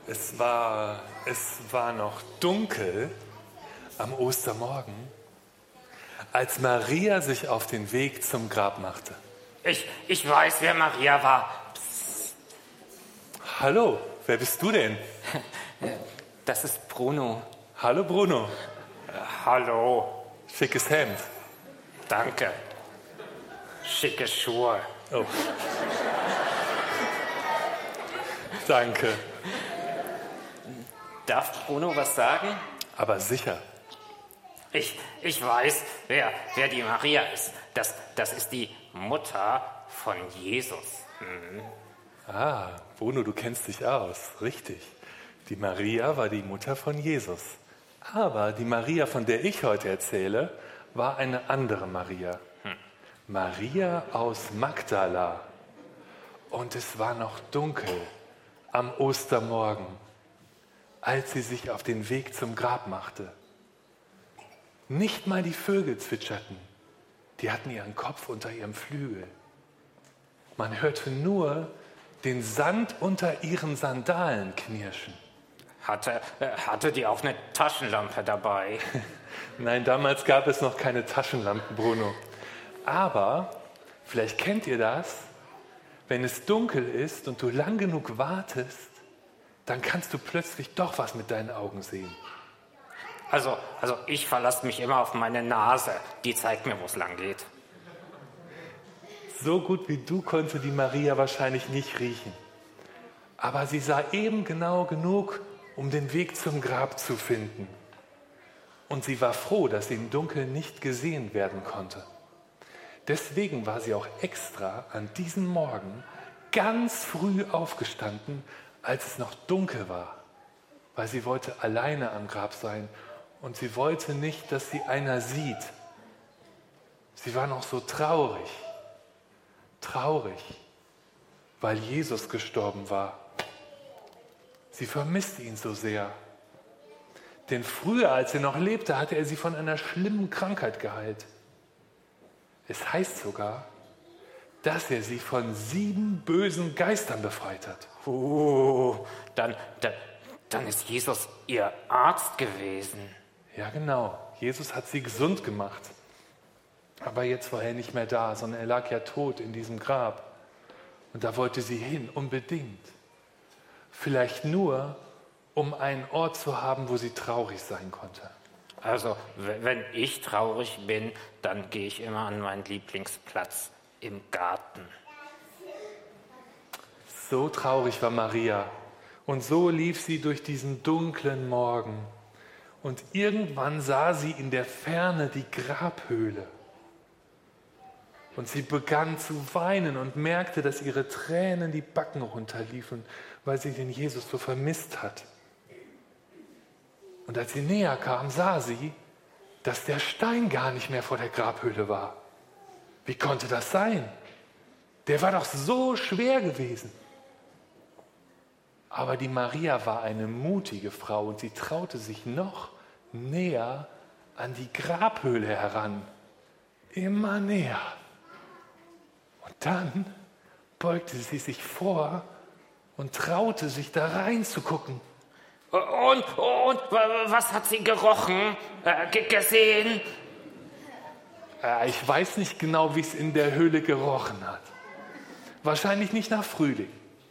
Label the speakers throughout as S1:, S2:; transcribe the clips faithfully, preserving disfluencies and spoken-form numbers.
S1: Es war, es war noch dunkel am Ostermorgen, als Maria sich auf den Weg zum Grab machte.
S2: Ich, ich weiß, wer Maria war. Psst.
S1: Hallo, wer bist du denn?
S2: Das ist Bruno.
S1: Hallo Bruno.
S2: Äh, hallo.
S1: Schickes Hemd.
S2: Danke. Schicke Schuhe.
S1: Oh. Danke.
S2: Darf Bruno was sagen?
S1: Aber sicher.
S2: Ich, ich weiß, wer, wer die Maria ist. Das, das ist die Mutter von Jesus. Mhm.
S1: Ah, Bruno, du kennst dich aus. Richtig. Die Maria war die Mutter von Jesus. Aber die Maria, von der ich heute erzähle, war eine andere Maria. Hm. Maria aus Magdala. Und es war noch dunkel am Ostermorgen, als sie sich auf den Weg zum Grab machte. Nicht mal die Vögel zwitscherten. Die hatten ihren Kopf unter ihrem Flügel. Man hörte nur den Sand unter ihren Sandalen knirschen.
S2: Hatte, äh, hatte die auch eine Taschenlampe dabei?
S1: Nein, damals gab es noch keine Taschenlampen, Bruno. Aber vielleicht kennt ihr das, wenn es dunkel ist und du lang genug wartest, dann kannst du plötzlich doch was mit deinen Augen sehen.
S2: Also, also ich verlasse mich immer auf meine Nase. Die zeigt mir, wo es lang geht.
S1: So gut wie du konnte die Maria wahrscheinlich nicht riechen. Aber sie sah eben genau genug, um den Weg zum Grab zu finden. Und sie war froh, dass sie im Dunkeln nicht gesehen werden konnte. Deswegen war sie auch extra an diesem Morgen ganz früh aufgestanden, als es noch dunkel war. Weil sie wollte alleine am Grab sein und sie wollte nicht, dass sie einer sieht. Sie war noch so traurig. Traurig, weil Jesus gestorben war. Sie vermisste ihn so sehr. Denn früher, als er noch lebte, hatte er sie von einer schlimmen Krankheit geheilt. Es heißt sogar, dass er sie von sieben bösen Geistern befreit hat.
S2: Uh, dann, dann, dann ist Jesus ihr Arzt gewesen.
S1: Ja, genau. Jesus hat sie gesund gemacht. Aber jetzt war er nicht mehr da, sondern er lag ja tot in diesem Grab. Und da wollte sie hin, unbedingt. Vielleicht nur, um einen Ort zu haben, wo sie traurig sein konnte.
S2: Also, wenn ich traurig bin, dann gehe ich immer an meinen Lieblingsplatz im Garten.
S1: So traurig war Maria. Und so lief sie durch diesen dunklen Morgen. Und irgendwann sah sie in der Ferne die Grabhöhle. Und sie begann zu weinen und merkte, dass ihre Tränen die Backen runterliefen, weil sie den Jesus so vermisst hat. Und als sie näher kam, sah sie, dass der Stein gar nicht mehr vor der Grabhöhle war. Wie konnte das sein? Der war doch so schwer gewesen. Aber die Maria war eine mutige Frau und sie traute sich noch näher an die Grabhöhle heran. Immer näher. Und dann beugte sie sich vor und traute sich da reinzugucken.
S2: Und, und was hat sie gerochen, äh, g- gesehen?
S1: Äh, ich weiß nicht genau, wie es in der Höhle gerochen hat. Wahrscheinlich nicht nach Frühling.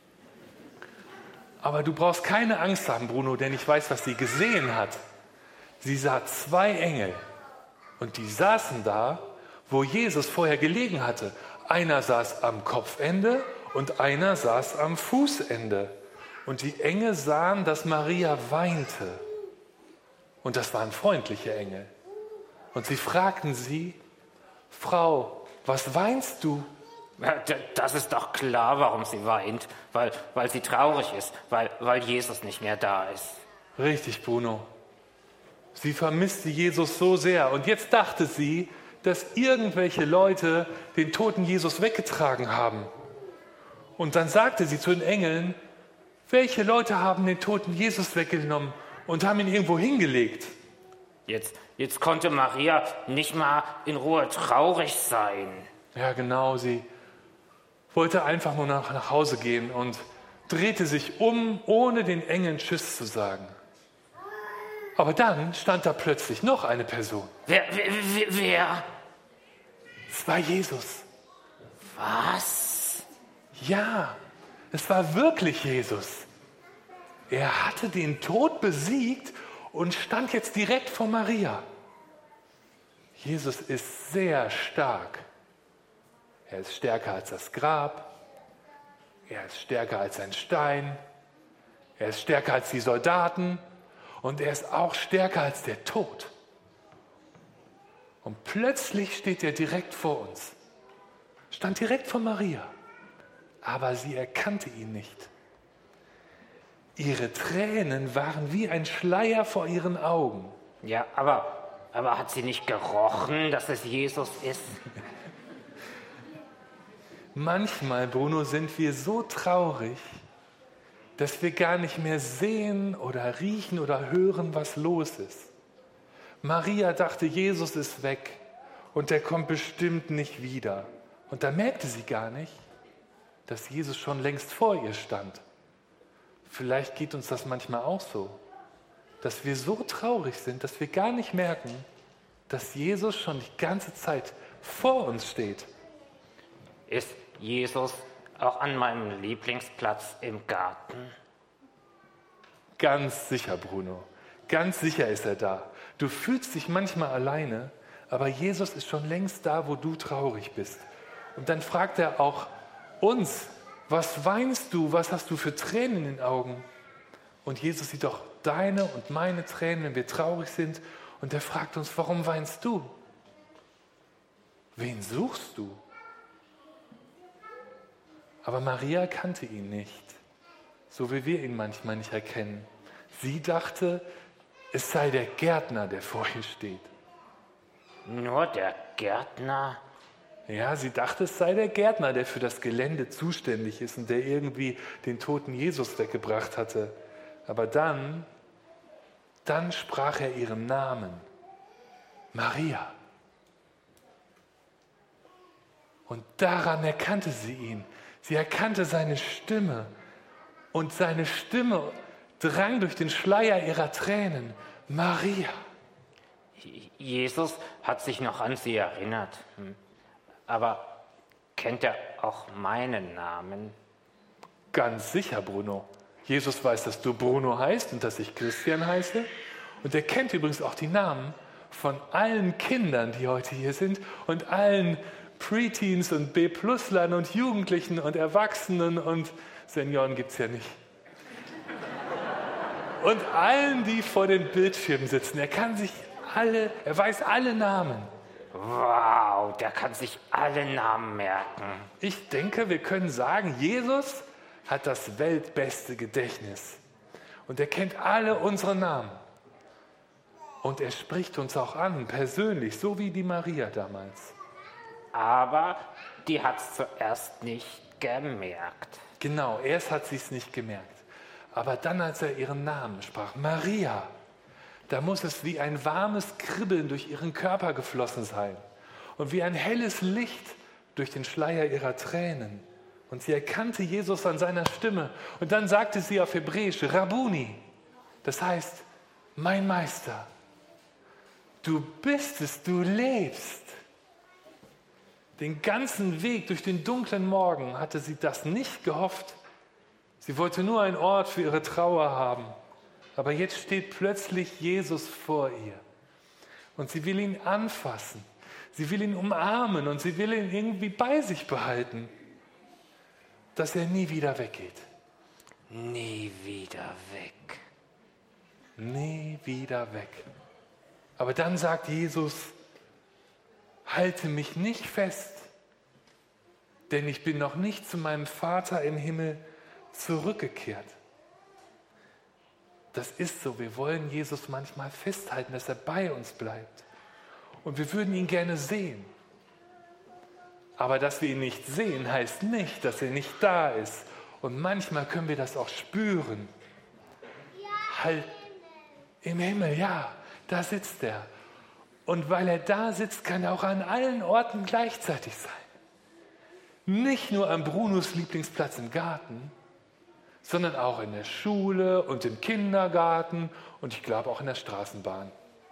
S1: Aber du brauchst keine Angst haben, Bruno, denn ich weiß, was sie gesehen hat. Sie sah zwei Engel und die saßen da, wo Jesus vorher gelegen hatte. Einer saß am Kopfende und einer saß am Fußende. Und die Engel sahen, dass Maria weinte. Und das waren freundliche Engel. Und sie fragten sie, Frau, was weinst du?
S2: Das ist doch klar, warum sie weint. Weil, weil sie traurig ist, weil, weil Jesus nicht mehr da ist.
S1: Richtig, Bruno. Sie vermisste Jesus so sehr. Und jetzt dachte sie, dass irgendwelche Leute den toten Jesus weggetragen haben. Und dann sagte sie zu den Engeln, welche Leute haben den toten Jesus weggenommen und haben ihn irgendwo hingelegt?
S2: Jetzt, jetzt konnte Maria nicht mal in Ruhe traurig sein.
S1: Ja, genau, sie wollte einfach nur nach, nach Hause gehen und drehte sich um, ohne den Engeln Tschüss zu sagen. Aber dann stand da plötzlich noch eine Person.
S2: Wer, wer, wer?
S1: Es war Jesus.
S2: Was?
S1: Ja, es war wirklich Jesus. Er hatte den Tod besiegt und stand jetzt direkt vor Maria. Jesus ist sehr stark. Er ist stärker als das Grab. Er ist stärker als ein Stein. Er ist stärker als die Soldaten. Und er ist auch stärker als der Tod. Und plötzlich steht er direkt vor uns. Stand direkt vor Maria. Aber sie erkannte ihn nicht. Ihre Tränen waren wie ein Schleier vor ihren Augen.
S2: Ja, aber, aber hat sie nicht gerochen, dass es Jesus ist?
S1: Manchmal, Bruno, sind wir so traurig, dass wir gar nicht mehr sehen oder riechen oder hören, was los ist. Maria dachte, Jesus ist weg und er kommt bestimmt nicht wieder. Und da merkte sie gar nicht, dass Jesus schon längst vor ihr stand. Vielleicht geht uns das manchmal auch so, dass wir so traurig sind, dass wir gar nicht merken, dass Jesus schon die ganze Zeit vor uns steht.
S2: Ist Jesus auch an meinem Lieblingsplatz im Garten?
S1: Ganz sicher, Bruno. Ganz sicher ist er da. Du fühlst dich manchmal alleine, aber Jesus ist schon längst da, wo du traurig bist. Und dann fragt er auch uns, was weinst du, was hast du für Tränen in den Augen? Und Jesus sieht doch deine und meine Tränen, wenn wir traurig sind. Und er fragt uns, warum weinst du? Wen suchst du? Aber Maria kannte ihn nicht, so wie wir ihn manchmal nicht erkennen. Sie dachte, es sei der Gärtner, der vor ihr steht.
S2: Nur der Gärtner?
S1: Ja, sie dachte, es sei der Gärtner, der für das Gelände zuständig ist und der irgendwie den toten Jesus weggebracht hatte. Aber dann, dann sprach er ihren Namen. Maria. Und daran erkannte sie ihn. Sie erkannte seine Stimme und seine Stimme drang durch den Schleier ihrer Tränen. Maria.
S2: Jesus hat sich noch an sie erinnert. Aber kennt er auch meinen Namen?
S1: Ganz sicher, Bruno. Jesus weiß, dass du Bruno heißt und dass ich Christian heiße. Und er kennt übrigens auch die Namen von allen Kindern, die heute hier sind und allen Preteens und B-Pluslern und Jugendlichen und Erwachsenen und Senioren gibt es ja nicht. Und allen, die vor den Bildschirmen sitzen. Er kann sich alle, er weiß alle Namen.
S2: Wow, der kann sich alle Namen merken.
S1: Ich denke, wir können sagen, Jesus hat das weltbeste Gedächtnis. Und er kennt alle unsere Namen. Und er spricht uns auch an, persönlich, so wie die Maria damals.
S2: Aber die hat es zuerst nicht gemerkt.
S1: Genau, erst hat sie es nicht gemerkt. Aber dann, als er ihren Namen sprach, Maria, da muss es wie ein warmes Kribbeln durch ihren Körper geflossen sein und wie ein helles Licht durch den Schleier ihrer Tränen. Und sie erkannte Jesus an seiner Stimme. Und dann sagte sie auf Hebräisch, Rabuni, das heißt, mein Meister, du bist es, du lebst. Den ganzen Weg durch den dunklen Morgen hatte sie das nicht gehofft. Sie wollte nur einen Ort für ihre Trauer haben. Aber jetzt steht plötzlich Jesus vor ihr. Und sie will ihn anfassen. Sie will ihn umarmen und sie will ihn irgendwie bei sich behalten. Dass er nie wieder weggeht.
S2: Nie wieder weg.
S1: Nie wieder weg. Aber dann sagt Jesus, halte mich nicht fest, denn ich bin noch nicht zu meinem Vater im Himmel zurückgekehrt. Das ist so, wir wollen Jesus manchmal festhalten, dass er bei uns bleibt. Und wir würden ihn gerne sehen. Aber dass wir ihn nicht sehen, heißt nicht, dass er nicht da ist. Und manchmal können wir das auch spüren. Halt im Himmel, ja, da sitzt er. Und weil er da sitzt, kann er auch an allen Orten gleichzeitig sein. Nicht nur an Brunos Lieblingsplatz im Garten, sondern auch in der Schule und im Kindergarten und ich glaube auch in der Straßenbahn.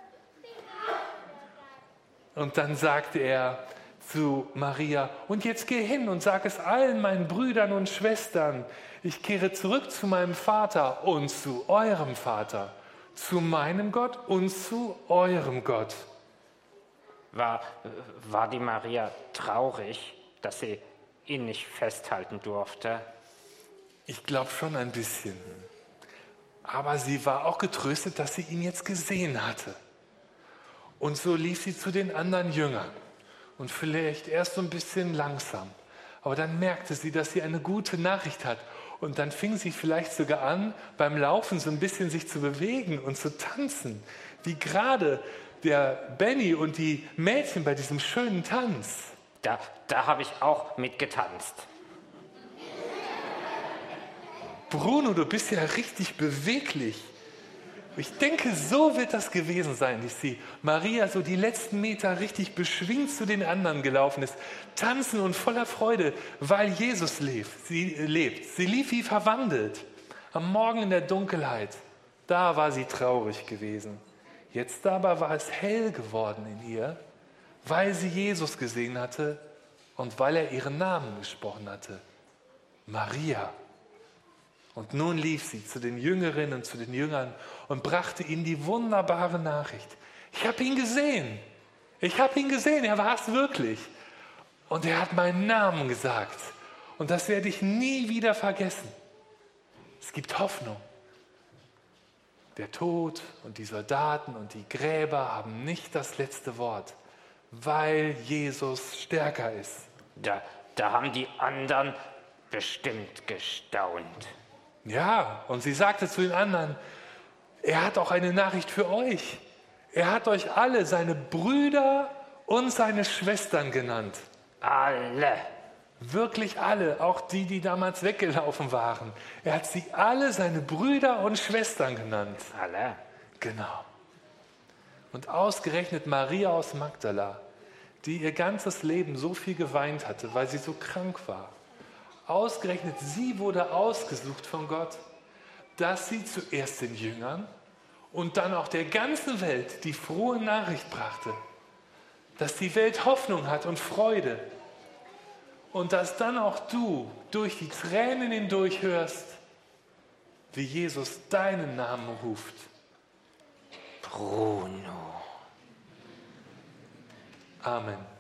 S1: Und dann sagte er zu Maria, und jetzt geh hin und sag es allen meinen Brüdern und Schwestern. Ich kehre zurück zu meinem Vater und zu eurem Vater, zu meinem Gott und zu eurem Gott.
S2: War, war die Maria traurig, dass sie ihn nicht festhalten durfte?
S1: Ich glaube schon ein bisschen. Aber sie war auch getröstet, dass sie ihn jetzt gesehen hatte. Und so lief sie zu den anderen Jüngern. Und vielleicht erst so ein bisschen langsam. Aber dann merkte sie, dass sie eine gute Nachricht hat. Und dann fing sie vielleicht sogar an, beim Laufen so ein bisschen sich zu bewegen und zu tanzen. Wie gerade der Benny und die Mädchen bei diesem schönen Tanz.
S2: Da, da habe ich auch mitgetanzt.
S1: Bruno, du bist ja richtig beweglich. Ich denke, so wird das gewesen sein, dass die Maria so die letzten Meter richtig beschwingt zu den anderen gelaufen ist. Tanzen und voller Freude, weil Jesus lebt. Sie lebt. Sie lief wie verwandelt. Am Morgen in der Dunkelheit, da war sie traurig gewesen. Jetzt aber war es hell geworden in ihr, weil sie Jesus gesehen hatte und weil er ihren Namen gesprochen hatte. Maria. Und nun lief sie zu den Jüngerinnen und zu den Jüngern und brachte ihnen die wunderbare Nachricht. Ich habe ihn gesehen. Ich habe ihn gesehen. Er war es wirklich. Und er hat meinen Namen gesagt. Und das werde ich nie wieder vergessen. Es gibt Hoffnung. Der Tod und die Soldaten und die Gräber haben nicht das letzte Wort, weil Jesus stärker ist.
S2: Da, da haben die anderen bestimmt gestaunt.
S1: Ja, und sie sagte zu den anderen, er hat auch eine Nachricht für euch. Er hat euch alle, seine Brüder und seine Schwestern genannt.
S2: Alle.
S1: Wirklich alle, auch die, die damals weggelaufen waren. Er hat sie alle seine Brüder und Schwestern genannt.
S2: Alle?
S1: Genau. Und ausgerechnet Maria aus Magdala, die ihr ganzes Leben so viel geweint hatte, weil sie so krank war. Ausgerechnet sie wurde ausgesucht von Gott, dass sie zuerst den Jüngern und dann auch der ganzen Welt die frohe Nachricht brachte, dass die Welt Hoffnung hat und Freude und dass dann auch du durch die Tränen hindurch hörst, wie Jesus deinen Namen ruft.
S2: Bruno.
S1: Amen.